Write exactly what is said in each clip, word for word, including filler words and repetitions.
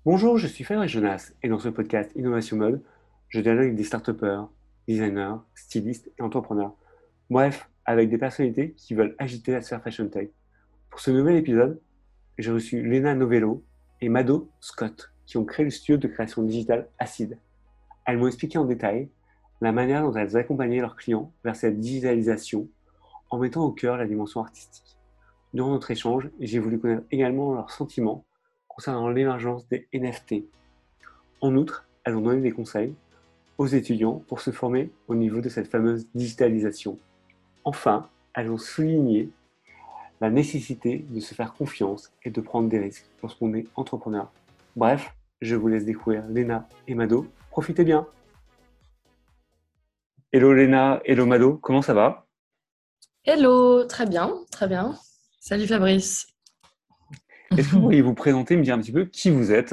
Bonjour, je suis Frédéric Jonas et dans ce podcast Innovation Mode, je dialogue avec des start-upers, designers, stylistes et entrepreneurs. Bref, avec des personnalités qui veulent agiter la sphère fashion tech. Pour ce nouvel épisode, j'ai reçu Lena Novello et Mado Scott qui ont créé le studio de création digitale Acid. Elles m'ont expliqué en détail la manière dont elles accompagnaient leurs clients vers cette digitalisation en mettant au cœur la dimension artistique. Durant notre échange, j'ai voulu connaître également leurs sentiments concernant l'émergence des N F T. En outre, elles ont donné des conseils aux étudiants pour se former au niveau de cette fameuse digitalisation. Enfin, elles ont souligné la nécessité de se faire confiance et de prendre des risques lorsqu'on est entrepreneur. Bref, je vous laisse découvrir Lena et Mado. Profitez bien. Hello Lena, hello Mado, comment ça va? Hello, très bien, très bien. Salut Fabrice. Est-ce que vous pourriez vous présenter, me dire un petit peu qui vous êtes?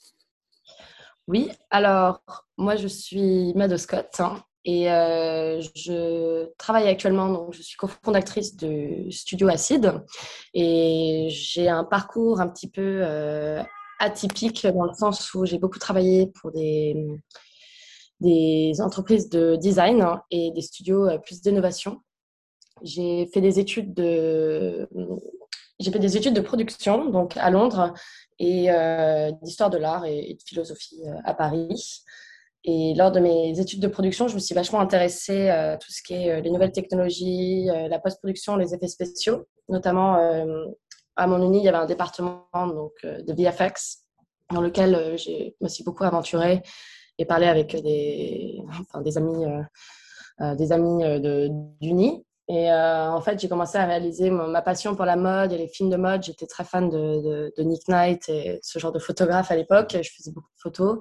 Oui, alors moi je suis Mado Scott hein, et euh, je travaille actuellement, donc je suis cofondatrice de Studio Acid et j'ai un parcours un petit peu euh, atypique dans le sens où j'ai beaucoup travaillé pour des, des entreprises de design hein, et des studios euh, plus d'innovation. J'ai fait des études de, j'ai fait des études de production donc à Londres et euh, d'histoire de l'art et, et de philosophie euh, à Paris. Et lors de mes études de production, je me suis vachement intéressée à tout ce qui est euh, les nouvelles technologies, euh, la post-production, les effets spéciaux. Notamment, euh, à mon uni, il y avait un département donc, euh, de V F X dans lequel euh, je me suis beaucoup aventurée et parlé avec des, enfin, des amis, euh, euh, des amis euh, de, d'uni. Et euh, en fait, j'ai commencé à réaliser mon- ma passion pour la mode et les films de mode. J'étais très fan de, de, de Nick Knight et ce genre de photographe à l'époque. Je faisais beaucoup de photos.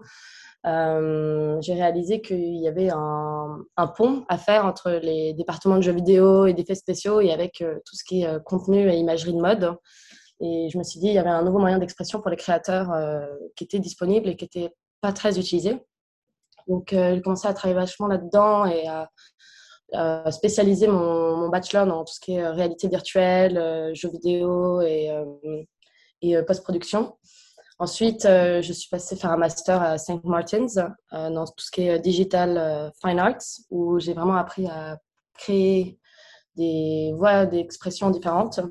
Euh, j'ai réalisé qu'il y avait un, un pont à faire entre les départements de jeux vidéo et d'effets spéciaux et avec euh, tout ce qui est euh, contenu et imagerie de mode. Et je me suis dit, il y avait un nouveau moyen d'expression pour les créateurs euh, qui était disponible et qui n'était pas très utilisé. Donc, euh, j'ai commencé à travailler vachement là-dedans et à, à spécialiser mon, mon, bachelor dans tout ce qui est euh, réalité virtuelle, euh, jeux vidéo et, euh, et euh, post-production. Ensuite, euh, je suis passée faire un master à Saint Martin's euh, dans tout ce qui est euh, digital euh, fine arts, où j'ai vraiment appris à créer des voies d'expression différentes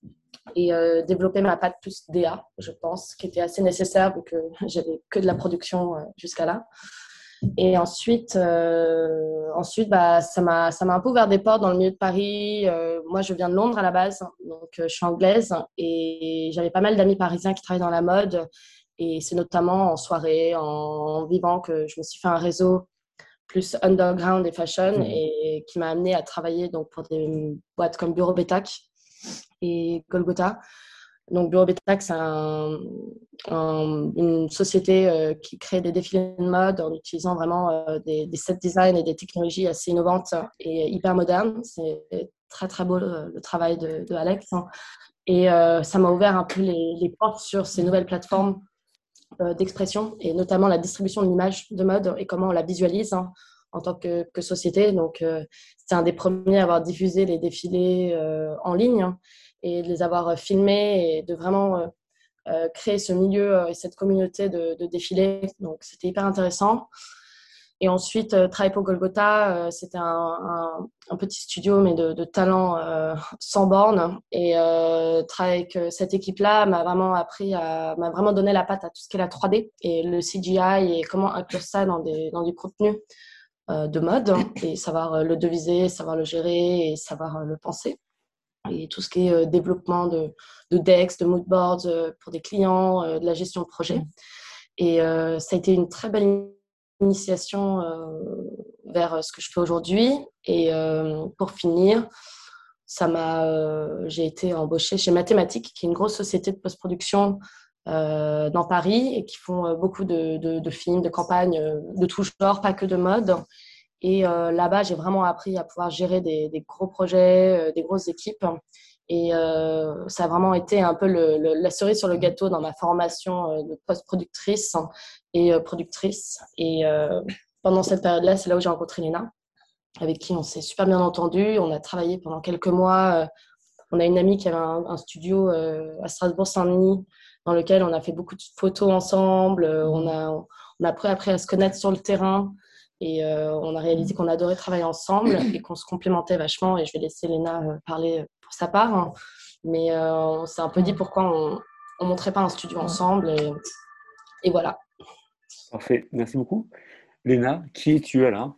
et euh, développer ma patte plus D A, je pense, qui était assez nécessaire vu que j'avais que de la production euh, jusqu'à là. Et ensuite, euh, ensuite bah, ça m'a ça m'a un peu ouvert des portes dans le milieu de Paris. Euh, moi, je viens de Londres à la base, donc euh, je suis anglaise et j'avais pas mal d'amis parisiens qui travaillent dans la mode. Et c'est notamment en soirée, en vivant que je me suis fait un réseau plus underground et fashion Mhm. et qui m'a amené à travailler donc pour des boîtes comme Bureau Betac et Golgotha. Donc Bureau Betac, c'est un, un, une société euh, qui crée des défilés de mode en utilisant vraiment euh, des, des set design et des technologies assez innovantes et hyper modernes. C'est très très beau le, le travail de, de Alex. Et euh, ça m'a ouvert un peu les, les portes sur ces nouvelles plateformes euh, d'expression et notamment la distribution de l'image de mode et comment on la visualise hein, en tant que, que société. Donc, euh, c'est un des premiers à avoir diffusé les défilés euh, en ligne hein, et de les avoir filmés et de vraiment euh, euh, créer ce milieu euh, et cette communauté de, de défilés. Donc, c'était hyper intéressant. Et ensuite, euh, travailler pour Golgotha, euh, c'était un, un, un petit studio, mais de, de talent euh, sans borne. Et euh, travailler avec euh, cette équipe-là m'a vraiment appris à, m'a vraiment donné la patte à tout ce qui est la trois D et le C G I et comment inclure ça dans des, dans du contenu euh, de mode et savoir euh, le deviser, savoir le gérer et savoir euh, le penser. Et tout ce qui est euh, développement de, de decks, de mood boards euh, pour des clients, euh, de la gestion de projet. Et euh, ça a été une très belle initiation euh, vers ce que je fais aujourd'hui. Et euh, pour finir, ça m'a, euh, j'ai été embauchée chez Mathématiques, qui est une grosse société de post-production euh, dans Paris et qui font euh, beaucoup de, de, de films, de campagnes euh, de tout genre, pas que de mode. Et euh, là-bas, j'ai vraiment appris à pouvoir gérer des, des gros projets, euh, des grosses équipes. Et euh, ça a vraiment été un peu le, le, la cerise sur le gâteau dans ma formation euh, de post-productrice et euh, productrice. Et euh, pendant cette période-là, c'est là où j'ai rencontré Léna, avec qui on s'est super bien entendu. On a travaillé pendant quelques mois. Euh, on a une amie qui avait un, un studio euh, à Strasbourg-Saint-Denis dans lequel on a fait beaucoup de photos ensemble. Euh, on a, on a appris après à se connaître sur le terrain et euh, on a réalisé qu'on adorait travailler ensemble et qu'on se complémentait vachement. Et je vais laisser Léna euh, parler pour sa part. Hein. Mais euh, on s'est un peu dit pourquoi on ne montrait pas un studio ensemble. Et, et voilà. Parfait, merci beaucoup. Léna, qui es-tu alors?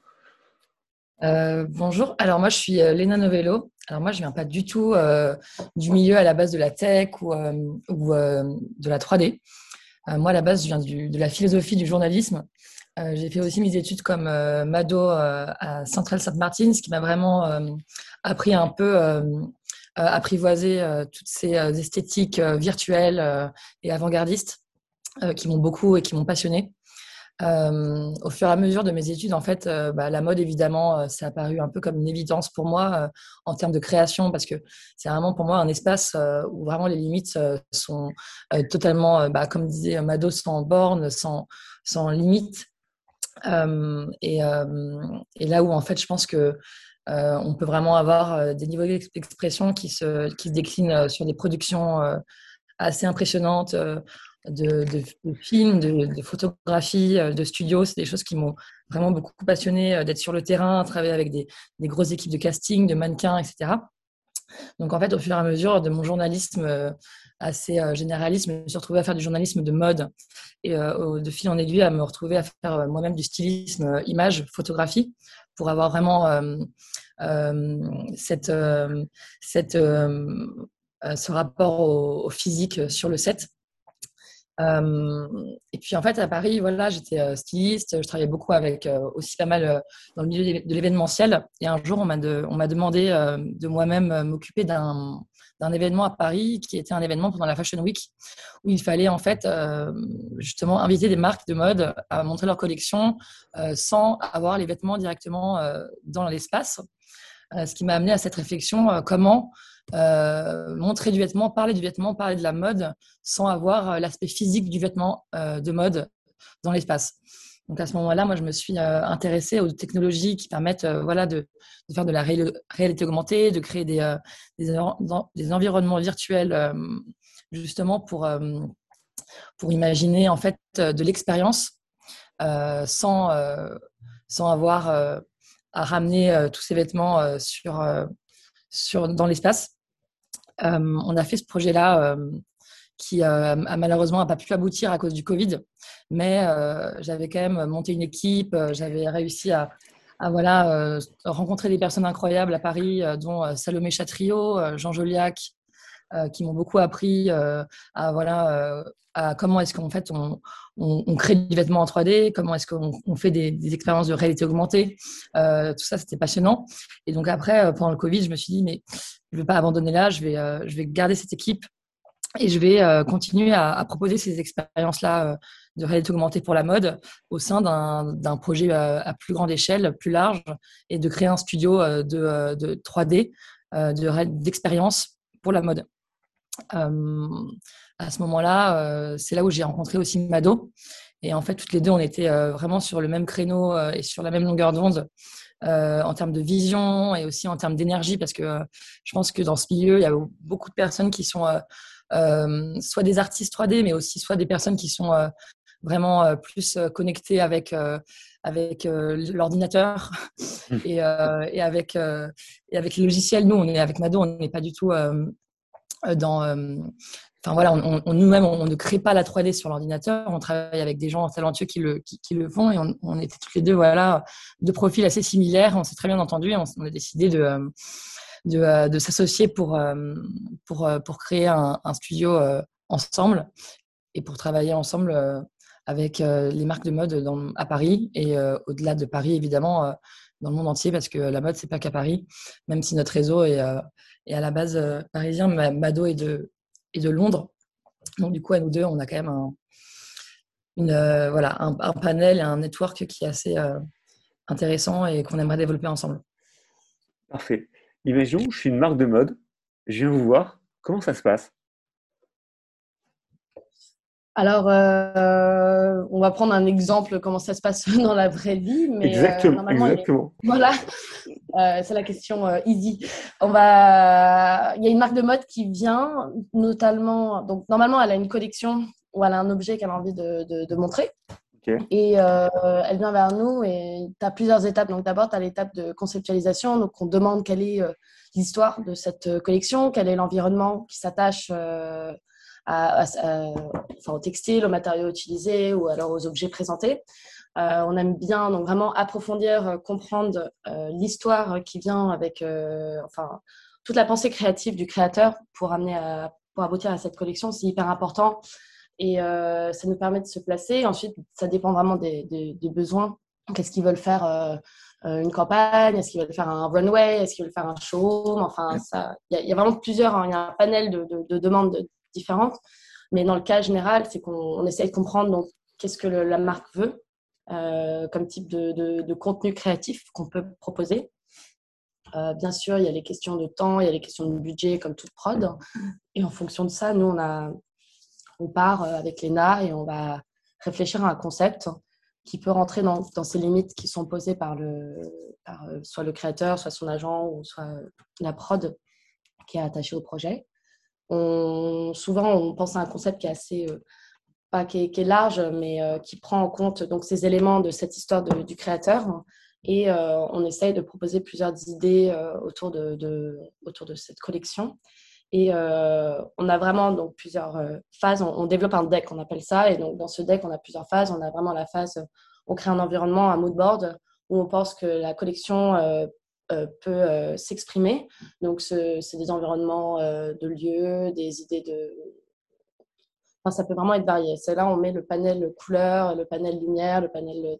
Euh, bonjour, alors moi je suis euh, Léna Novello. Alors moi je viens pas du tout euh, du milieu à la base de la tech ou, euh, ou euh, de la trois D. Euh, moi à la base je viens du- de la philosophie du journalisme. Euh, j'ai fait aussi mes études comme euh, Mado euh, à Centrale Sainte-Martine, ce qui m'a vraiment euh, appris un peu euh, euh, apprivoiser euh, toutes ces euh, esthétiques euh, virtuelles euh, et avant-gardistes euh, qui m'ont beaucoup et qui m'ont passionnée. Euh, au fur et à mesure de mes études, en fait, euh, bah, la mode, évidemment, euh, c'est apparu un peu comme une évidence pour moi euh, en termes de création, parce que c'est vraiment pour moi un espace euh, où vraiment les limites euh, sont euh, totalement, euh, bah, comme disait Mado, sans bornes, sans, sans limites. Euh, et, euh, et là où, en fait, je pense que euh, on peut vraiment avoir euh, des niveaux d'expression qui se, qui se déclinent euh, sur des productions euh, assez impressionnantes euh, de, de, de films, de, de photographies, euh, de studios. C'est des choses qui m'ont vraiment beaucoup passionné euh, d'être sur le terrain, travailler avec des, des grosses équipes de casting, de mannequins, et cetera. Donc en fait, au fur et à mesure de mon journalisme euh, assez euh, généraliste, je me suis retrouvée à faire du journalisme de mode et euh, au- de fil en aiguille à me retrouver à faire euh, moi-même du stylisme, euh, image, photographie, pour avoir vraiment euh, euh, cette, euh, cette, euh, euh, ce rapport au, au physique sur le set. Euh, et puis en fait à Paris, voilà, j'étais euh, styliste, je travaillais beaucoup avec euh, aussi pas mal euh, dans le milieu de l'événementiel. Et un jour, on m'a de, on m'a demandé euh, de moi-même euh, m'occuper d'un d'un événement à Paris qui était un événement pendant la Fashion Week où il fallait en fait euh, justement inviter des marques de mode à montrer leur collection euh, sans avoir les vêtements directement euh, dans l'espace. Euh, ce qui m'a amené à cette réflexion, euh, comment euh, montrer du vêtement, parler du vêtement, parler de la mode sans avoir euh, l'aspect physique du vêtement euh, de mode dans l'espace. Donc à ce moment-là, moi, je me suis euh, intéressée aux technologies qui permettent euh, voilà, de, de faire de la ré réalité augmentée, de créer des, euh, des, des, environnements virtuels euh, justement pour, euh, pour imaginer en fait de l'expérience euh, sans, euh, sans avoir euh, à ramener euh, tous ces vêtements euh, sur, euh, sur, dans l'espace. Euh, on a fait ce projet-là euh, qui euh, a malheureusement n'a pas pu aboutir à cause du Covid, mais euh, j'avais quand même monté une équipe, euh, j'avais réussi à, à voilà, euh, rencontrer des personnes incroyables à Paris, euh, dont euh, Salomé Chatriot, euh, Jean Joliac, euh, qui m'ont beaucoup appris euh, à voilà euh, à comment est-ce qu'en fait on, on, on, crée du vêtement en trois D, comment est-ce qu'on on fait des, des, expériences de réalité augmentée. Euh, tout ça, c'était passionnant. Et donc après, euh, pendant le Covid, je me suis dit mais je ne vais pas abandonner là, je vais, euh, je vais garder cette équipe et je vais euh, continuer à, à proposer ces expériences-là euh, de réalité augmentée pour la mode au sein d'un, d'un projet euh, à plus grande échelle, plus large, et de créer un studio euh, de, euh, de trois D, euh, de, d'expérience pour la mode. Euh, à ce moment-là, euh, c'est là où j'ai rencontré aussi Mado. Et en fait, toutes les deux, on était euh, vraiment sur le même créneau euh, et sur la même longueur d'onde euh, en termes de vision et aussi en termes d'énergie, parce que euh, je pense que dans ce milieu, il y a beaucoup de personnes qui sont euh, euh, soit des artistes trois D, mais aussi soit des personnes qui sont euh, vraiment euh, plus euh, connectées avec, euh, avec euh, l'ordinateur et, euh, et, avec, euh, et avec les logiciels. Nous, on est avec Mado, on n'est pas du tout... Euh, dans euh, enfin voilà on, on, nous-mêmes on, on ne crée pas la trois D sur l'ordinateur, on travaille avec des gens talentueux qui le qui, qui le font et on, on était toutes les deux voilà de profils assez similaires, on s'est très bien entendus et on, on a décidé de euh, de, euh, de s'associer pour euh, pour euh, pour créer un, un studio euh, ensemble et pour travailler ensemble euh, avec euh, les marques de mode dans, à Paris et euh, au-delà de Paris évidemment euh, dans le monde entier, parce que la mode c'est pas qu'à Paris, même si notre réseau est, euh, est à la base euh, parisien. Mado est de, est de Londres, donc du coup à nous deux on a quand même un, une, euh, voilà, un, un panel et un network qui est assez euh, intéressant et qu'on aimerait développer ensemble. Parfait. Imaginons, je suis une marque de mode, je viens vous voir, comment ça se passe? Alors, euh, on va prendre un exemple comment ça se passe dans la vraie vie, mais euh, Exactement, normalement, les... exactement. voilà. Euh, c'est la question euh, easy. On va... Il y a une marque de mode qui vient, notamment... Donc, normalement, elle a une collection ou elle a un objet qu'elle a envie de, de, de montrer. Ok. Et euh, elle vient vers nous et tu as plusieurs étapes. Donc, d'abord, tu as l'étape de conceptualisation. Donc, on demande quelle est euh, l'histoire de cette collection, quel est l'environnement qui s'attache euh, à, à, à, enfin, au textile, aux matériaux utilisés ou alors aux objets présentés. Euh, on aime bien donc vraiment approfondir, euh, comprendre euh, l'histoire qui vient avec euh, enfin, toute la pensée créative du créateur pour, amener à, pour aboutir à cette collection. C'est hyper important et euh, ça nous permet de se placer. Ensuite, ça dépend vraiment des, des, des besoins. Qu'est-ce qu'ils veulent faire euh, une campagne? Est-ce qu'ils veulent faire un runway? Est-ce qu'ils veulent faire un showroom? Enfin, il y, y a vraiment plusieurs, il hein, y a un panel de, de, de demandes différentes. Mais dans le cas général, c'est qu'on essaye de comprendre donc, qu'est-ce que le, la marque veut. Euh, comme type de, de, de contenu créatif qu'on peut proposer. Euh, bien sûr, il y a les questions de temps, il y a les questions de budget, comme toute prod. Et en fonction de ça, nous, on, a, on part avec Léna et on va réfléchir à un concept qui peut rentrer dans, dans ces limites qui sont posées par, le, par soit le créateur, soit son agent, ou soit la prod qui est attachée au projet. On, souvent, on pense à un concept qui est assez... Euh, Pas qui est, qui est large, mais euh, qui prend en compte donc, ces éléments de cette histoire de, du créateur. Et euh, on essaye de proposer plusieurs idées euh, autour, de, de, autour de cette collection. Et euh, on a vraiment donc, plusieurs euh, phases. On, on développe un deck, on appelle ça. Et donc, dans ce deck, on a plusieurs phases. On a vraiment la phase, on crée un environnement, un mood board, où on pense que la collection euh, euh, peut euh, s'exprimer. Donc, ce, c'est des environnements euh, de lieux, des idées de... Enfin, ça peut vraiment être varié. C'est là, on met le panel couleur, le panel lumière, le panel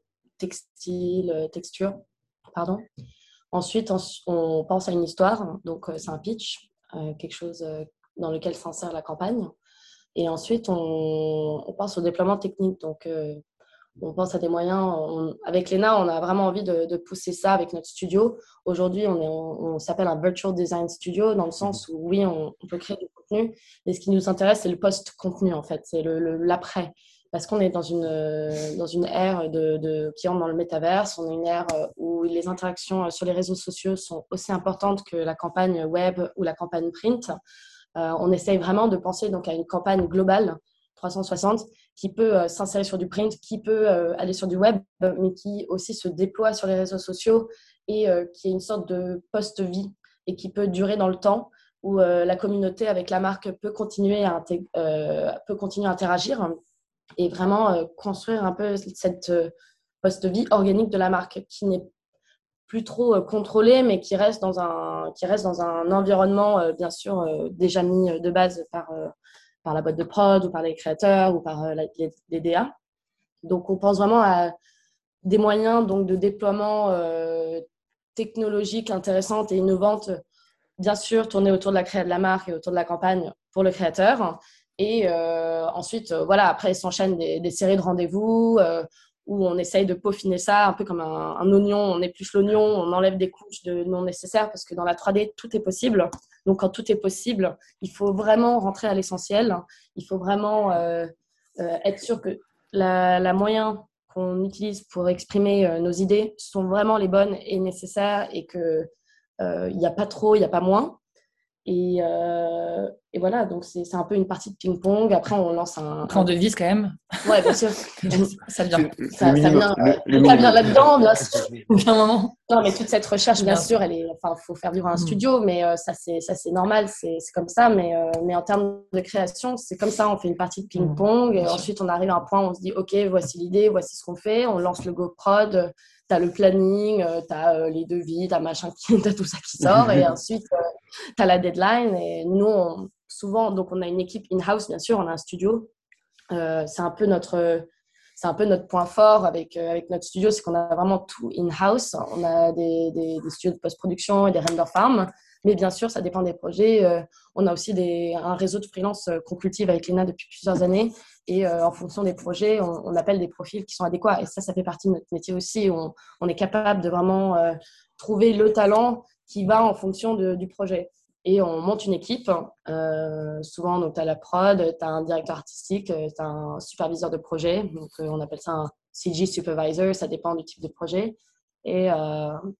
textile, texture. Pardon. Ensuite, on, on pense à une histoire. Donc, c'est un pitch, euh, quelque chose dans lequel s'insère la campagne. Et ensuite, on, on pense au déploiement technique. Donc, euh, on pense à des moyens. On, avec Léna, on a vraiment envie de, de pousser ça avec notre studio. Aujourd'hui, on, est, on, on s'appelle un virtual design studio dans le sens où, oui, on, on peut créer du contenu. Mais ce qui nous intéresse, c'est le post-contenu, en fait. C'est le, le, l'après. Parce qu'on est dans une, dans une ère de, de, qui entre dans le métaverse. On est une ère où les interactions sur les réseaux sociaux sont aussi importantes que la campagne web ou la campagne print. Euh, on essaye vraiment de penser donc, à une campagne globale trois cent soixante qui peut euh, s'insérer sur du print, qui peut euh, aller sur du web, mais qui aussi se déploie sur les réseaux sociaux et euh, qui est une sorte de post-vie et qui peut durer dans le temps, où euh, la communauté avec la marque peut continuer à, intég- euh, peut continuer à interagir et vraiment euh, construire un peu cette euh, post-vie organique de la marque qui n'est plus trop euh, contrôlée, mais qui reste dans un, qui reste dans un environnement, euh, bien sûr, euh, déjà mis de base par... Euh, par la boîte de prod ou par les créateurs ou par euh, les, les D A. Donc, on pense vraiment à des moyens donc, de déploiement euh, technologique intéressante et innovante, bien sûr, tournés autour de la création de la marque et autour de la campagne pour le créateur. Et euh, ensuite, euh, voilà, après, il s'enchaînent des, des séries de rendez-vous euh, où on essaye de peaufiner ça un peu comme un, un oignon. On épluche l'oignon, on enlève des couches de non nécessaires parce que dans la trois D, tout est possible. Donc, quand tout est possible, il faut vraiment rentrer à l'essentiel. Il faut vraiment euh, euh, être sûr que la, la moyen qu'on utilise pour exprimer euh, nos idées sont vraiment les bonnes et nécessaires et qu'il n'y a pas trop, il n'y a pas moins. Et, euh, et voilà, donc c'est, c'est un peu une partie de ping-pong. Après, on lance un... Plan de devise quand même. Ouais, bien sûr. Ça vient. Le Ça, ça minimum. vient, Le, le ça vient minimum. là-dedans, bien sûr. Un moment. Non, mais toute cette recherche, bien Bien sûr, elle est, enfin, faut faire vivre un Mm. studio, mais euh, ça, c'est, ça, c'est normal, c'est, c'est comme ça. Mais, euh, mais en termes de création, c'est comme ça. On fait une partie de ping-pong, Mm, et bien sûr. ensuite on arrive à un point où on se dit, ok, voici l'idée, voici ce qu'on fait. On lance le Go Prod, t'as le planning, euh, t'as euh, les devis, t'as machin, qui- t'as tout ça qui sort, et ensuite euh, t'as la deadline. Et nous, on- souvent, donc on a une équipe in-house, bien sûr, on a un studio. Euh, c'est un peu notre c'est un peu notre point fort avec, euh, avec notre studio, c'est qu'on a vraiment tout in-house. On a des, des, des studios de post-production et des render farms, mais bien sûr, ça dépend des projets. Euh, on a aussi des, un réseau de freelance euh, qu'on cultive avec Léna depuis plusieurs années, et euh, en fonction des projets, on, on appelle des profils qui sont adéquats. Et ça, ça fait partie de notre métier aussi. On, on est capable de vraiment euh, trouver le talent qui va en fonction de, du projet. Et on monte une équipe. Euh, souvent, tu as la prod, tu as un directeur artistique, tu as un superviseur de projet. Donc, euh, on appelle ça un C G supervisor. Ça dépend du type de projet. Et, euh,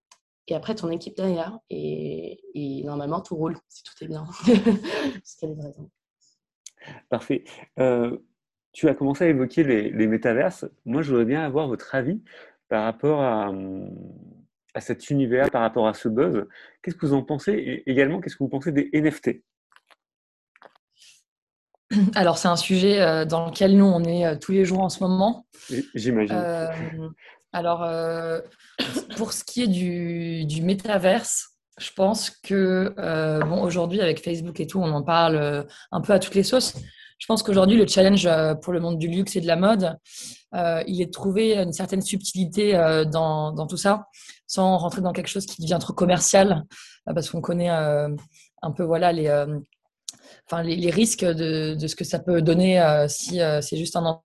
et après ton équipe derrière. Et, et normalement, tout roule si tout est bien. Jusqu'à livraison. Parfait. Euh, tu as commencé à évoquer les, les métaverses. Moi, je voudrais bien avoir votre avis par rapport à, hum, à cet univers, par rapport à ce buzz. Qu'est-ce que vous en pensez? Et également, qu'est-ce que vous pensez des N F T? Alors, c'est un sujet euh, dans lequel nous, on est euh, tous les jours en ce moment. J- J'imagine. Euh, alors, euh, pour ce qui est du, du métaverse, je pense que, euh, bon, aujourd'hui, avec Facebook et tout, on en parle euh, un peu à toutes les sauces. Je pense qu'aujourd'hui, le challenge euh, pour le monde du luxe et de la mode, euh, il est de trouver une certaine subtilité euh, dans, dans tout ça, sans rentrer dans quelque chose qui devient trop commercial, euh, parce qu'on connaît euh, un peu voilà, les, euh, enfin, les, les risques de, de ce que ça peut donner euh, si euh, c'est juste un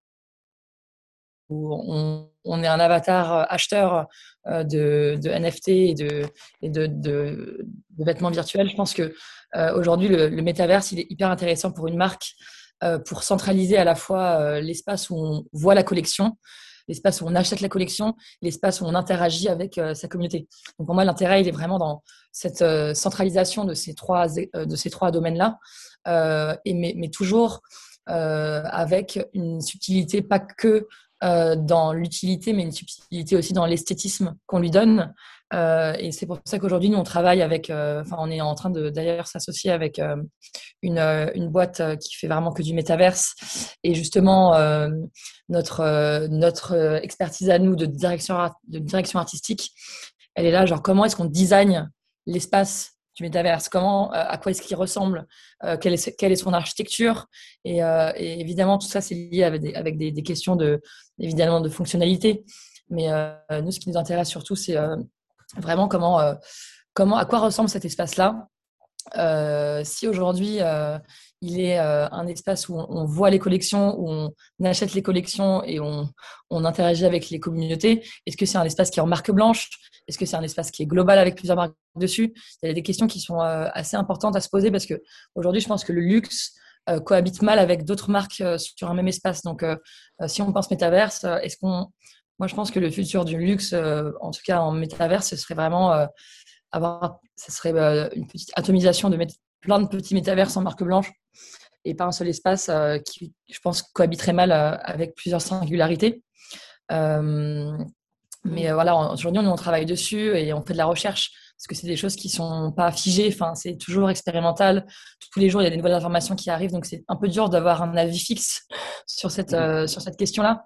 où on, on est un avatar euh, acheteur euh, de, de N F T et de, et de, de, de vêtements virtuels. Je pense que euh, aujourd'hui, le, le métaverse, il est hyper intéressant pour une marque euh, pour centraliser à la fois euh, l'espace où on voit la collection, l'espace où on achète la collection, l'espace où on interagit avec euh, sa communauté. Donc pour moi, l'intérêt, il est vraiment dans cette euh, centralisation de ces trois, euh, de ces trois domaines-là, euh, et mais, mais toujours euh, avec une subtilité, pas que euh, dans l'utilité, mais une subtilité aussi dans l'esthétisme qu'on lui donne. Euh, et c'est pour ça qu'aujourd'hui, nous, on travaille avec, euh, enfin, on est en train de d'ailleurs s'associer avec euh, une, euh, une boîte euh, qui fait vraiment que du métaverse. Et justement, euh, notre, euh, notre euh, expertise à nous de direction, art- de direction artistique, elle est là, genre, comment est-ce qu'on design l'espace du métaverse, comment, euh, à quoi est-ce qu'il ressemble, euh, quelle, est, quelle est son architecture, et, euh, et évidemment tout ça c'est lié avec des, avec des, des questions de, évidemment de fonctionnalité, mais euh, nous ce qui nous intéresse surtout c'est euh, vraiment comment, euh, comment, à quoi ressemble cet espace-là. Euh, si aujourd'hui euh, il est euh, un espace où on, on voit les collections, où on achète les collections et on, on interagit avec les communautés, est-ce que c'est un espace qui est en marque blanche? Est-ce que c'est un espace qui est global avec plusieurs marques dessus? Il y a des questions qui sont euh, assez importantes à se poser parce que aujourd'hui, je pense que le luxe euh, cohabite mal avec d'autres marques euh, sur un même espace. Donc, euh, euh, si on pense métaverse, euh, est-ce qu'on moi, je pense que le futur du luxe, euh, en tout cas en métaverse, ce serait vraiment euh, avoir, ce serait euh, une petite atomisation de mettre plein de petits métaverses en marque blanche et pas un seul espace euh, qui, je pense, cohabiterait mal euh, avec plusieurs singularités. Euh, mais euh, voilà, aujourd'hui, on, on travaille dessus et on fait de la recherche parce que c'est des choses qui sont pas figées. Enfin, c'est toujours expérimental. Tous les jours, il y a des nouvelles informations qui arrivent, donc c'est un peu dur d'avoir un avis fixe sur cette euh, sur cette question-là.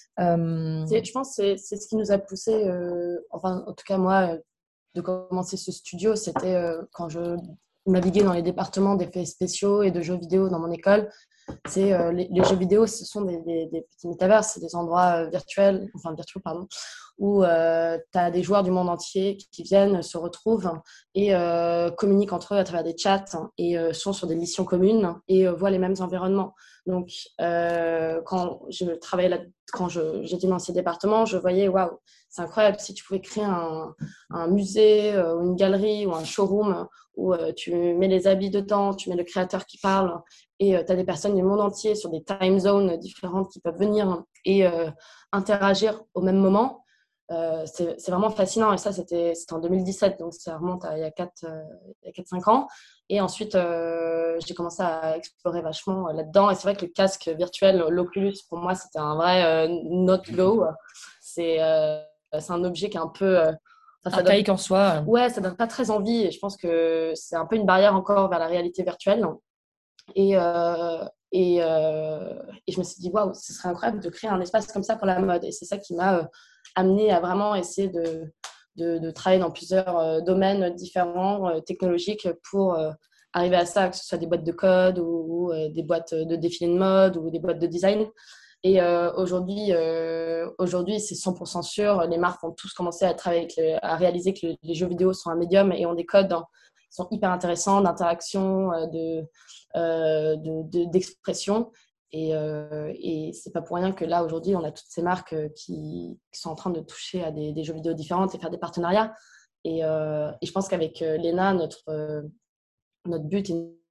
Euh... Je pense que c'est, c'est ce qui nous a poussé, euh, enfin, en tout cas moi, euh, de commencer ce studio. C'était euh, quand je naviguais dans les départements d'effets spéciaux et de jeux vidéo dans mon école. C'est, euh, les, les jeux vidéo, ce sont des, des, des petits métavers, c'est des endroits euh, virtuels, enfin virtuels, pardon, où euh, tu as des joueurs du monde entier qui, qui viennent, se retrouvent et euh, communiquent entre eux à travers des chats et euh, sont sur des missions communes et euh, voient les mêmes environnements. Donc, euh, quand je travaillais là, quand je, j'étais dans ces départements, je voyais, waouh, c'est incroyable, si tu pouvais créer un, un musée euh, ou une galerie ou un showroom où euh, tu mets les habits dedans, tu mets le créateur qui parle et euh, tu as des personnes du monde entier sur des time zones différentes qui peuvent venir et euh, interagir au même moment. Euh, c'est, c'est vraiment fascinant et ça c'était, c'était en deux mille dix-sept, donc ça remonte à il y a quatre cinq ans. Et ensuite euh, j'ai commencé à explorer vachement là-dedans et c'est vrai que le casque virtuel, l'Oculus, pour moi c'était un vrai euh, not go. C'est, euh, c'est un objet qui est un peu euh, enfin, ça archaïque donne... en soi. Ouais, ça donne pas très envie et je pense que c'est un peu une barrière encore vers la réalité virtuelle. Et, euh, et, euh, et je me suis dit, waouh, ce serait incroyable de créer un espace comme ça pour la mode. Et c'est ça qui m'a euh, amené à vraiment essayer de, de, de travailler dans plusieurs euh, domaines différents, euh, technologiques, pour euh, arriver à ça, que ce soit des boîtes de code ou, ou euh, des boîtes de défilés de mode ou des boîtes de design. Et euh, aujourd'hui, euh, aujourd'hui, c'est cent pour cent sûr. Les marques ont tous commencé à travailler avec le, à réaliser que le, les jeux vidéo sont un médium et ont des codes hein, qui sont hyper intéressants d'interaction, euh, de, euh, de, de, d'expression. Et, euh, et c'est pas pour rien que là, aujourd'hui, on a toutes ces marques qui, qui sont en train de toucher à des, des jeux vidéo différents et faire des partenariats. Et, euh, et je pense qu'avec euh, Léna, notre, euh, notre but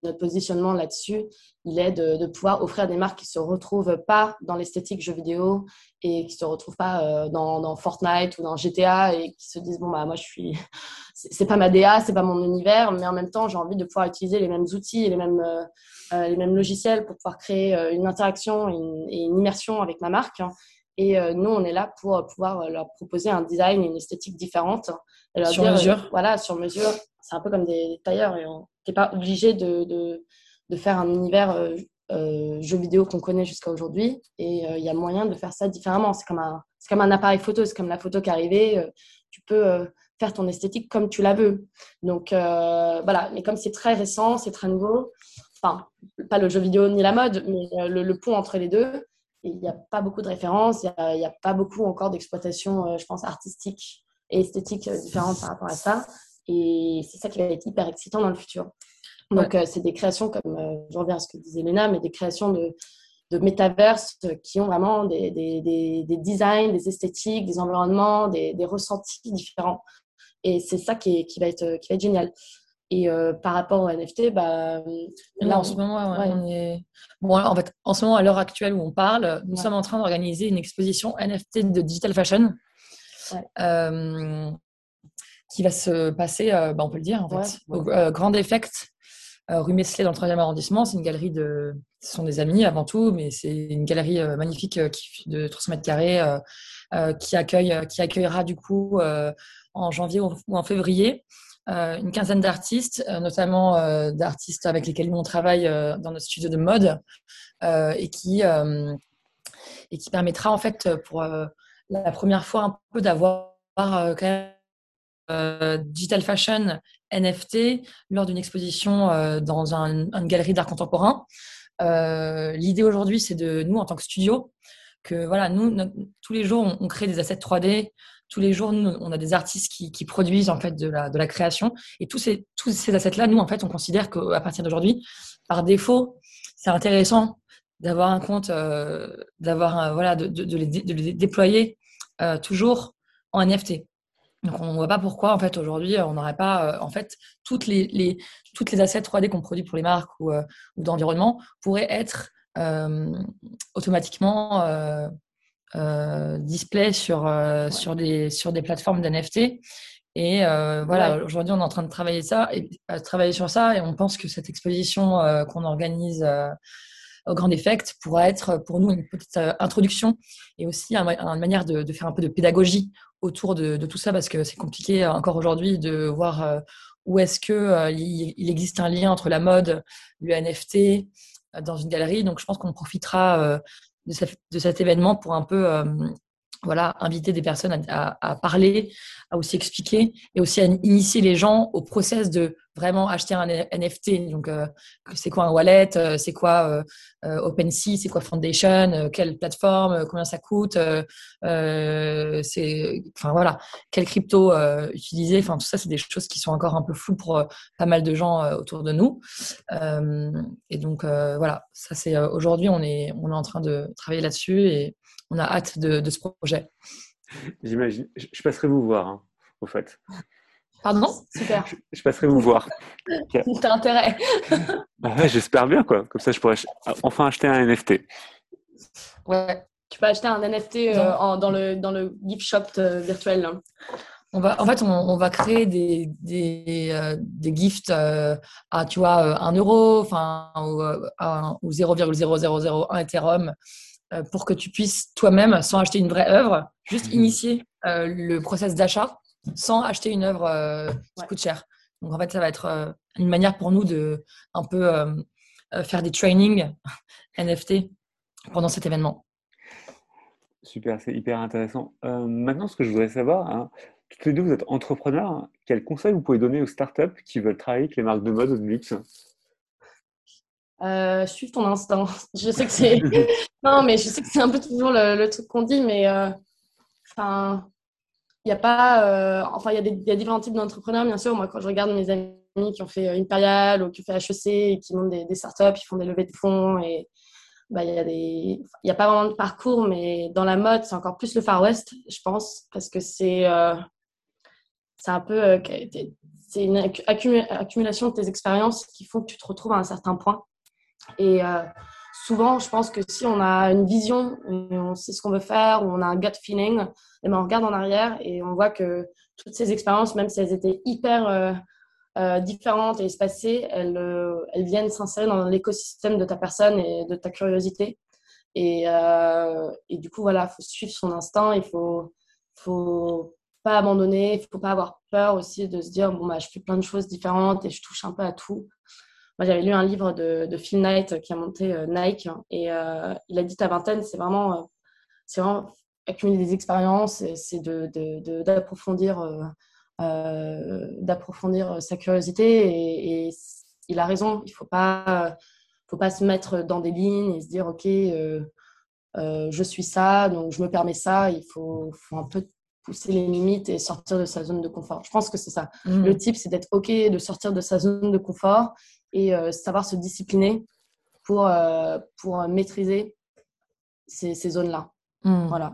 notre positionnement là-dessus, il est de, de pouvoir offrir des marques qui ne se retrouvent pas dans l'esthétique jeux vidéo et qui ne se retrouvent pas euh, dans, dans Fortnite ou dans G T A et qui se disent, bon, bah, moi, je suis... c'est pas ma D A, c'est pas mon univers, mais en même temps, j'ai envie de pouvoir utiliser les mêmes outils et les mêmes, euh, les mêmes logiciels pour pouvoir créer euh, une interaction et une, et une immersion avec ma marque. Et euh, nous, on est là pour pouvoir leur proposer un design et une esthétique différente. Et leur Sur dire, mesure. euh, voilà, sur mesure. C'est un peu comme des tailleurs. Et on n'est pas obligé de, de, de faire un univers euh, euh, jeu vidéo qu'on connaît jusqu'à aujourd'hui. Et il euh, y a moyen de faire ça différemment. C'est comme un, c'est comme un appareil photo. C'est comme la photo qui est arrivée. Euh, tu peux euh, faire ton esthétique comme tu la veux. Donc, euh, voilà. Mais comme c'est très récent, c'est très nouveau. Enfin, pas le jeu vidéo ni la mode, mais euh, le, le pont entre les deux. Il n'y a pas beaucoup de références, il n'y a, a pas beaucoup encore d'exploitation, euh, je pense, artistique et esthétique euh, différente par rapport à ça. Et c'est ça qui va être hyper excitant dans le futur. Donc, ouais. euh, c'est des créations, comme euh, je reviens à ce que disait Léna, mais des créations de, de métaverse qui ont vraiment des, des, des, des designs, des esthétiques, des environnements, des, des ressentis différents. Et c'est ça qui, est, qui, va, être, qui va être génial. Et euh, par rapport au N F T, bah, là, en ce moment, ouais, ouais. on est. Bon, en fait, en ce moment, à l'heure actuelle où on parle, nous ouais. sommes en train d'organiser une exposition N F T de Digital Fashion ouais. euh, qui va se passer, euh, bah, on peut le dire, en fait, ouais, ouais. au euh, Grand Effect, euh, rue Meslay, dans le troisième arrondissement. C'est une galerie de. Ce sont des amis avant tout, mais c'est une galerie euh, magnifique euh, qui, de trois cents mètres carrés euh, euh, qui, accueille, qui accueillera du coup euh, en janvier ou en février. Euh, une quinzaine d'artistes, euh, notamment euh, d'artistes avec lesquels nous on travaille euh, dans notre studio de mode euh, et qui euh, et qui permettra en fait pour euh, la première fois un peu d'avoir euh, quand même euh, digital fashion N F T lors d'une exposition euh, dans un, une galerie d'art contemporain. Euh, l'idée aujourd'hui, c'est de nous en tant que studio que voilà, nous notre, tous les jours on, on crée des assets trois D. Tous les jours, nous, on a des artistes qui, qui produisent en fait de la, de la création. Et tous ces, tous ces assets-là, nous, en fait, on considère qu'à partir d'aujourd'hui, par défaut, c'est intéressant d'avoir un compte, euh, d'avoir un, voilà, de, de, de, les, de les déployer euh, toujours en N F T. Donc, on ne voit pas pourquoi, en fait, aujourd'hui, on n'aurait pas, euh, en fait, toutes les, les, toutes les assets trois D qu'on produit pour les marques ou, euh, ou d'environnement pourraient être euh, automatiquement euh, Euh, display sur, euh, ouais. sur, des, sur des plateformes d'N F T. Et euh, voilà, ouais. aujourd'hui, on est en train de travailler, ça, et, euh, travailler sur ça et on pense que cette exposition euh, qu'on organise euh, au Grand Effect pourra être pour nous une petite euh, introduction et aussi un, une manière de, de faire un peu de pédagogie autour de, de tout ça parce que c'est compliqué euh, encore aujourd'hui de voir euh, où est-ce qu'il euh, il, il existe un lien entre la mode, le N F T euh, dans une galerie. Donc, je pense qu'on profitera euh, de, cette, de cet événement pour un peu euh, voilà, inviter des personnes à, à, à parler, à aussi expliquer et aussi à initier les gens au process de vraiment acheter un N F T. Donc, euh, c'est quoi un wallet, euh, c'est quoi euh, euh, OpenSea, c'est quoi Foundation, euh, quelle plateforme, euh, combien ça coûte, euh, euh, c'est, enfin voilà, quelle crypto euh, utiliser. Enfin, tout ça, c'est des choses qui sont encore un peu floues pour euh, pas mal de gens euh, autour de nous. Euh, et donc, euh, voilà, ça c'est euh, aujourd'hui, on est, on est en train de travailler là-dessus et on a hâte de, de ce projet. J'imagine. Je, je passerai vous voir, hein, au fait. Pardon ? Super. Je, je passerai vous voir. T'as intérêt. Ah ouais, j'espère bien, quoi. Comme ça, je pourrais ach- enfin acheter un N F T. Ouais. Tu peux acheter un N F T euh, en, dans, le, dans le gift shop euh, virtuel. Hein. On va, en fait, on, on va créer des, des, euh, des gifts euh, à, tu vois, euh, un euro, enfin, ou, euh, ou zéro virgule zéro zéro zéro un Ethereum, euh, pour que tu puisses toi-même, sans acheter une vraie œuvre, juste initier euh, le process d'achat sans acheter une œuvre euh, qui ouais. coûte cher. Donc, en fait, ça va être euh, une manière pour nous de un peu euh, faire des trainings N F T pendant cet événement. Super, c'est hyper intéressant. Euh, maintenant, ce que je voudrais savoir, hein, toutes les deux, vous êtes entrepreneurs. Hein, quels conseils vous pouvez donner aux startups qui veulent travailler avec les marques de mode ou de luxe ? euh, Suive ton instinct. Je sais que c'est non, mais je sais que c'est un peu toujours le, le truc qu'on dit, mais enfin, euh, il y a pas, euh, enfin, il y a des, il y a différents types d'entrepreneurs, bien sûr. Moi, quand je regarde mes amis qui ont fait Imperial ou qui ont fait H E C et qui montent des, des startups, ils font des levées de fonds et bah, il y a des, il y a pas vraiment de parcours, mais dans la mode, c'est encore plus le Far West, je pense, parce que c'est, euh, c'est un peu, euh, c'est une accu- accumulation de tes expériences qui font que tu te retrouves à un certain point. Et euh, souvent, je pense que si on a une vision, et on sait ce qu'on veut faire, ou on a un gut feeling, et ben on regarde en arrière et on voit que toutes ces expériences, même si elles étaient hyper euh, euh, différentes et espacées, elles, euh, elles viennent s'insérer dans l'écosystème de ta personne et de ta curiosité. Et, euh, et du coup, voilà, il faut suivre son instinct, il faut, faut pas abandonner, il faut pas avoir peur aussi de se dire, bon, bah, je fais plein de choses différentes et je touche un peu à tout. Moi, j'avais lu un livre de, de Phil Knight qui a monté euh, Nike et euh, il a dit ta vingtaine, c'est vraiment, euh, c'est vraiment accumuler des expériences, c'est de, de, de, d'approfondir, euh, euh, d'approfondir sa curiosité et, et il a raison, il faut pas, faut pas se mettre dans des lignes et se dire ok, euh, euh, je suis ça, donc je me permets ça. Il faut, faut un peu pousser les limites et sortir de sa zone de confort. Je pense que c'est ça. Mmh. Le type, c'est d'être ok de sortir de sa zone de confort et euh, savoir se discipliner pour, euh, pour maîtriser ces, ces zones-là. Mmh. Voilà.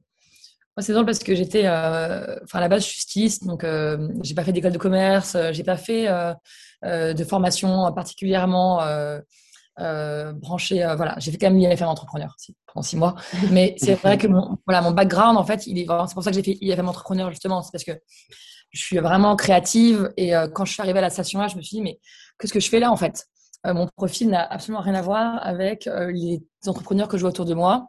Moi, c'est drôle parce que j'étais, euh, enfin, à la base, je suis styliste, donc euh, j'ai pas fait d'école de commerce, euh, j'ai pas fait euh, euh, de formation particulièrement euh, euh, branchée. Euh, voilà, j'ai fait quand même I F M entrepreneur si, pendant six mois, mais c'est vrai que mon, voilà, mon background, en fait, il est vraiment, c'est pour ça que j'ai fait I F M entrepreneur justement, c'est parce que je suis vraiment créative et euh, quand je suis arrivée à la station A, je me suis dit mais qu'est-ce que je fais là en fait? Euh, mon profil n'a absolument rien à voir avec euh, les entrepreneurs que je vois autour de moi.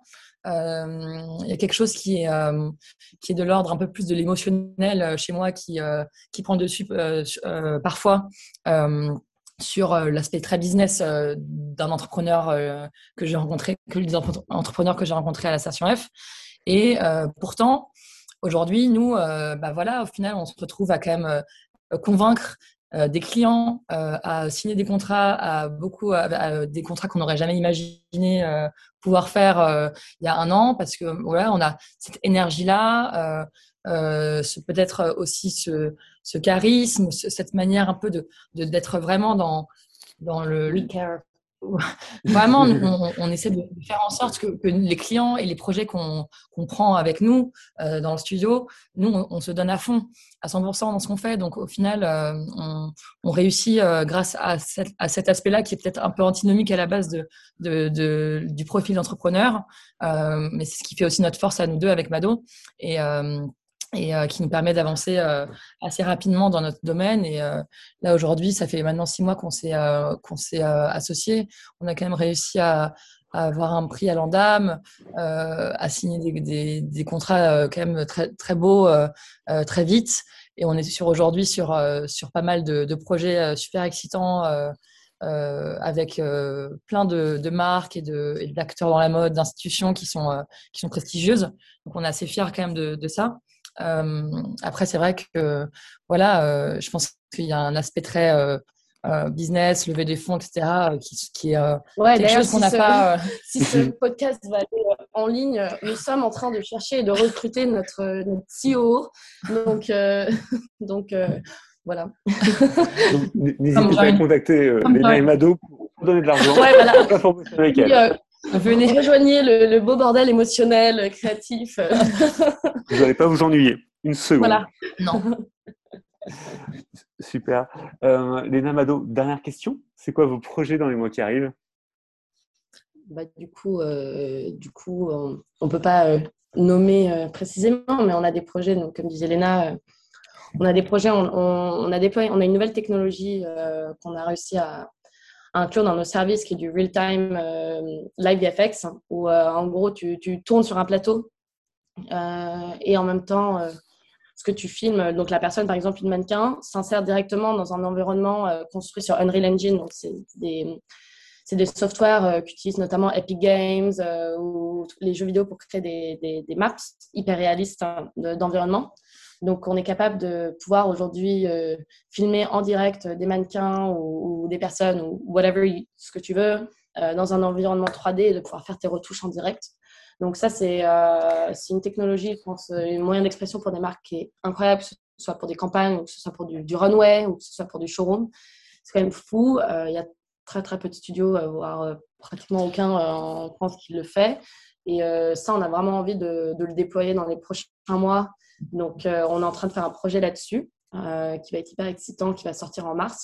Euh, Il y a quelque chose qui est, euh, qui est de l'ordre un peu plus de l'émotionnel euh, chez moi qui, euh, qui prend le dessus euh, euh, parfois euh, sur euh, l'aspect très business euh, d'un entrepreneur euh, que j'ai rencontré, que les entrepreneurs que j'ai rencontrés à la station F. Et euh, pourtant, aujourd'hui, nous, euh, bah voilà, au final, on se retrouve à quand même euh, convaincre euh, des clients, euh, à signer des contrats, à beaucoup, à, à des contrats qu'on n'aurait jamais imaginé euh, pouvoir faire euh, il y a un an, parce que voilà, on a cette énergie-là, euh, euh, ce, peut-être aussi ce, ce charisme, ce, cette manière un peu de, de d'être vraiment dans dans le We care. Vraiment, on, on essaie de faire en sorte que, que les clients et les projets qu'on qu'on prend avec nous euh, dans le studio, nous, on, on se donne à fond, à cent pour cent dans ce qu'on fait. Donc, au final, euh, on, on réussit euh, grâce à, cette, à cet aspect-là qui est peut-être un peu antinomique à la base de, de, de, du profil d'entrepreneur. Euh, mais c'est ce qui fait aussi notre force à nous deux avec Mado. Et, euh, et euh, qui nous permet d'avancer euh, assez rapidement dans notre domaine. Et euh, là, aujourd'hui, ça fait maintenant six mois qu'on s'est euh, qu'on s'est euh, associés. On a quand même réussi à, à avoir un prix à l'Andam, euh, à signer des, des, des contrats euh, quand même très, très beaux, euh, euh, très vite. Et on est sur aujourd'hui sur, euh, sur pas mal de, de projets euh, super excitants euh, euh, avec euh, plein de, de marques et, de, et d'acteurs dans la mode, d'institutions qui sont, euh, qui sont prestigieuses. Donc, on est assez fiers quand même de, de ça. Euh, après, c'est vrai que voilà, euh, je pense qu'il y a un aspect très euh, euh, business, lever des fonds, et cetera, euh, qui, qui est euh, Ouais, quelque d'ailleurs, chose qu'on si n'a ce, pas. Euh... si ce podcast va aller euh, en ligne, nous sommes en train de chercher et de recruter notre, notre C E O. Donc, euh, donc euh, voilà. Donc, n'hésitez pas à contacter euh, Léna et Mado pour donner de l'argent. Ouais, voilà. Pas pour bosser avec Puis, elle. euh, Venez. Rejoignez le, le beau bordel émotionnel, créatif. Vous n'allez pas vous ennuyer. Une seconde. Voilà. Non. Super. Euh, Léna, Mado, dernière question. C'est quoi vos projets dans les mois qui arrivent? Bah, du coup, euh, du coup, on ne peut pas euh, nommer euh, précisément, mais on a des projets. Donc, comme disait Léna, euh, on a des projets. On, on, on a déployé, on a une nouvelle technologie euh, qu'on a réussi à, à inclure dans nos services, qui est du real-time euh, live V F X, où euh, en gros, tu, tu tournes sur un plateau euh, et en même temps, euh, ce que tu filmes, donc la personne, par exemple, une mannequin, s'insère directement dans un environnement euh, construit sur Unreal Engine. Donc, c'est des C'est des softwares euh, qu'utilisent notamment Epic Games euh, ou les jeux vidéo pour créer des, des, des maps hyper réalistes hein, de, d'environnement. Donc, on est capable de pouvoir aujourd'hui euh, filmer en direct des mannequins ou, ou des personnes ou whatever, ce que tu veux, euh, dans un environnement trois D et de pouvoir faire tes retouches en direct. Donc, ça, c'est, euh, c'est une technologie, je pense, un moyen d'expression pour des marques qui est incroyable, que ce soit pour des campagnes, ou que ce soit pour du, du runway, ou que ce soit pour du showroom. C'est quand même fou. Euh, il y a très très peu de studios, euh, voire euh, pratiquement aucun euh, en France qui le fait. Et euh, ça, on a vraiment envie de, de le déployer dans les prochains mois. Donc, euh, on est en train de faire un projet là-dessus. euh, qui va être hyper excitant, qui va sortir en mars.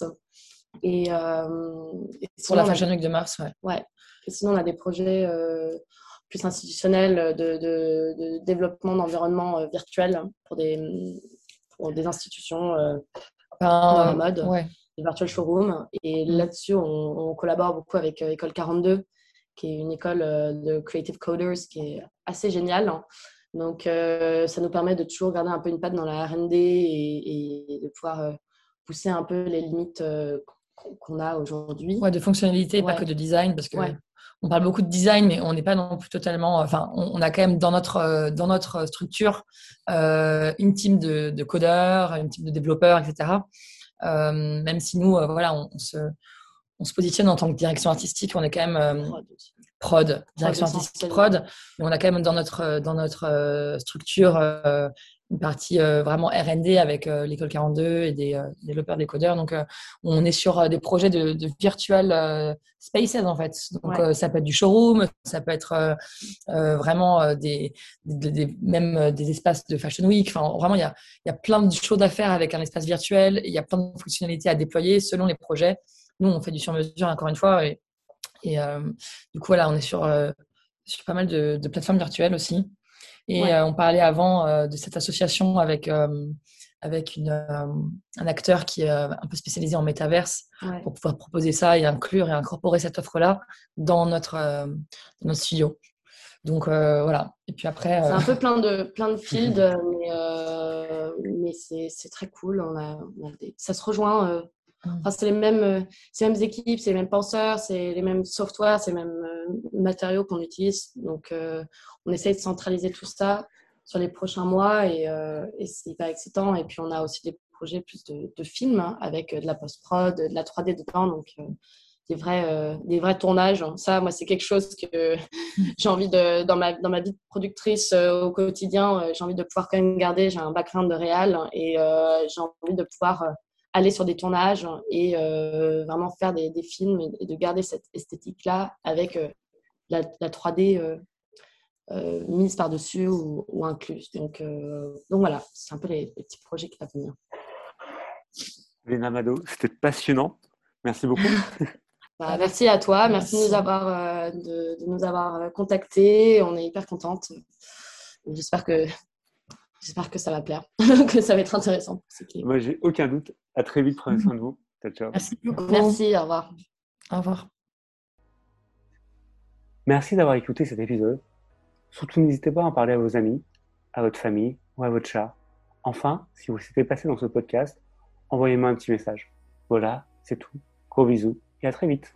Et, euh, et Pour la sinon, on a- Fashion Week de mars, ouais. Ouais. Et sinon, on a des projets euh, plus institutionnels de, de- de développement d'environnement euh, virtuel pour des, pour des institutions euh, dans la Ben, mode, ouais. des virtual showrooms. Et Mm. là-dessus, on, on collabore beaucoup avec euh, École quarante-deux, qui est une école euh, de creative coders qui est assez géniale. Donc, euh, ça nous permet de toujours garder un peu une patte dans la R and D et, et de pouvoir euh, pousser un peu les limites euh, qu'on qu'on a aujourd'hui. Ouais, de fonctionnalité, pas Ouais. que de design, parce que Ouais. on parle beaucoup de design, mais on n'est pas non plus totalement. Enfin, on, on a quand même dans notre euh, dans notre structure euh, une team de, de codeurs, une team de développeurs, et cetera. Euh, même si nous, euh, voilà, on, on se on se positionne en tant que direction artistique, on est quand même euh, Prod aussi. prod, direction Prod artistique essentiellement. prod, mais on a quand même dans notre euh, dans notre euh, structure euh, une partie euh, vraiment R and D avec euh, l'école quarante-deux et des euh, développeurs, des codeurs. Donc, euh, on est sur euh, des projets de, de virtual euh, spaces, en fait. Donc, Ouais. euh, ça peut être du showroom, ça peut être euh, euh, vraiment euh, des, des, des- même euh, des espaces de Fashion Week. Enfin, vraiment, il y a, il y a plein de choses à faire avec un espace virtuel. Il y a plein de fonctionnalités à déployer selon les projets. Nous, on fait du sur-mesure, encore une fois. Et, et euh, du coup, voilà, on est sur, euh, sur pas mal de, de plateformes virtuelles aussi. Et Ouais. euh, on parlait avant euh, de cette association avec, euh, avec une, euh, un acteur qui est euh, un peu spécialisé en métaverse Ouais. pour pouvoir proposer ça et inclure et incorporer cette offre-là dans notre, euh, dans notre studio. Donc euh, voilà. Et puis après. C'est euh, un peu plein de, plein de fields, mais, euh, mais c'est, c'est très cool. On a, on a des... Ça se rejoint. euh, Enfin, c'est les mêmes, euh, c'est les mêmes équipes, c'est les mêmes penseurs, c'est les mêmes softwares, c'est les mêmes euh, matériaux qu'on utilise. Donc, euh, on essaye de centraliser tout ça sur les prochains mois et, euh, et c'est hyper excitant. Et puis, on a aussi des projets plus de, de films hein, avec euh, de la post-prod, de la trois D dedans. Donc, euh, des vrais, euh, des vrais tournages. Ça, moi, c'est quelque chose que j'ai envie de, dans ma, dans ma vie de productrice euh, au quotidien, euh, j'ai envie de pouvoir quand même garder, j'ai un background de réal et euh, j'ai envie de pouvoir euh, aller sur des tournages et euh, vraiment faire des, des films et, et de garder cette esthétique-là avec euh, la, la trois D euh, euh, mise par-dessus ou, ou incluse. Donc, euh, donc voilà, c'est un peu les, les petits projets qui vont venir. Léna Mado, c'était passionnant. Merci beaucoup. Bah, Avec- merci à toi, merci, Merci. de nous avoir, euh, de, de nous avoir euh, contactés. On est hyper contente. J'espère que, j'espère que ça va plaire, que ça va être intéressant. C'est qui... Moi, j'ai aucun doute. À très vite. Prenez soin de vous. Ciao, ciao. Merci beaucoup. Merci, au revoir. Au revoir. Merci d'avoir écouté cet épisode. Surtout, n'hésitez pas à en parler à vos amis, à votre famille ou à votre chat. Enfin, si vous s'était passé dans ce podcast, envoyez-moi un petit message. Voilà, c'est tout. Gros bisous et à très vite.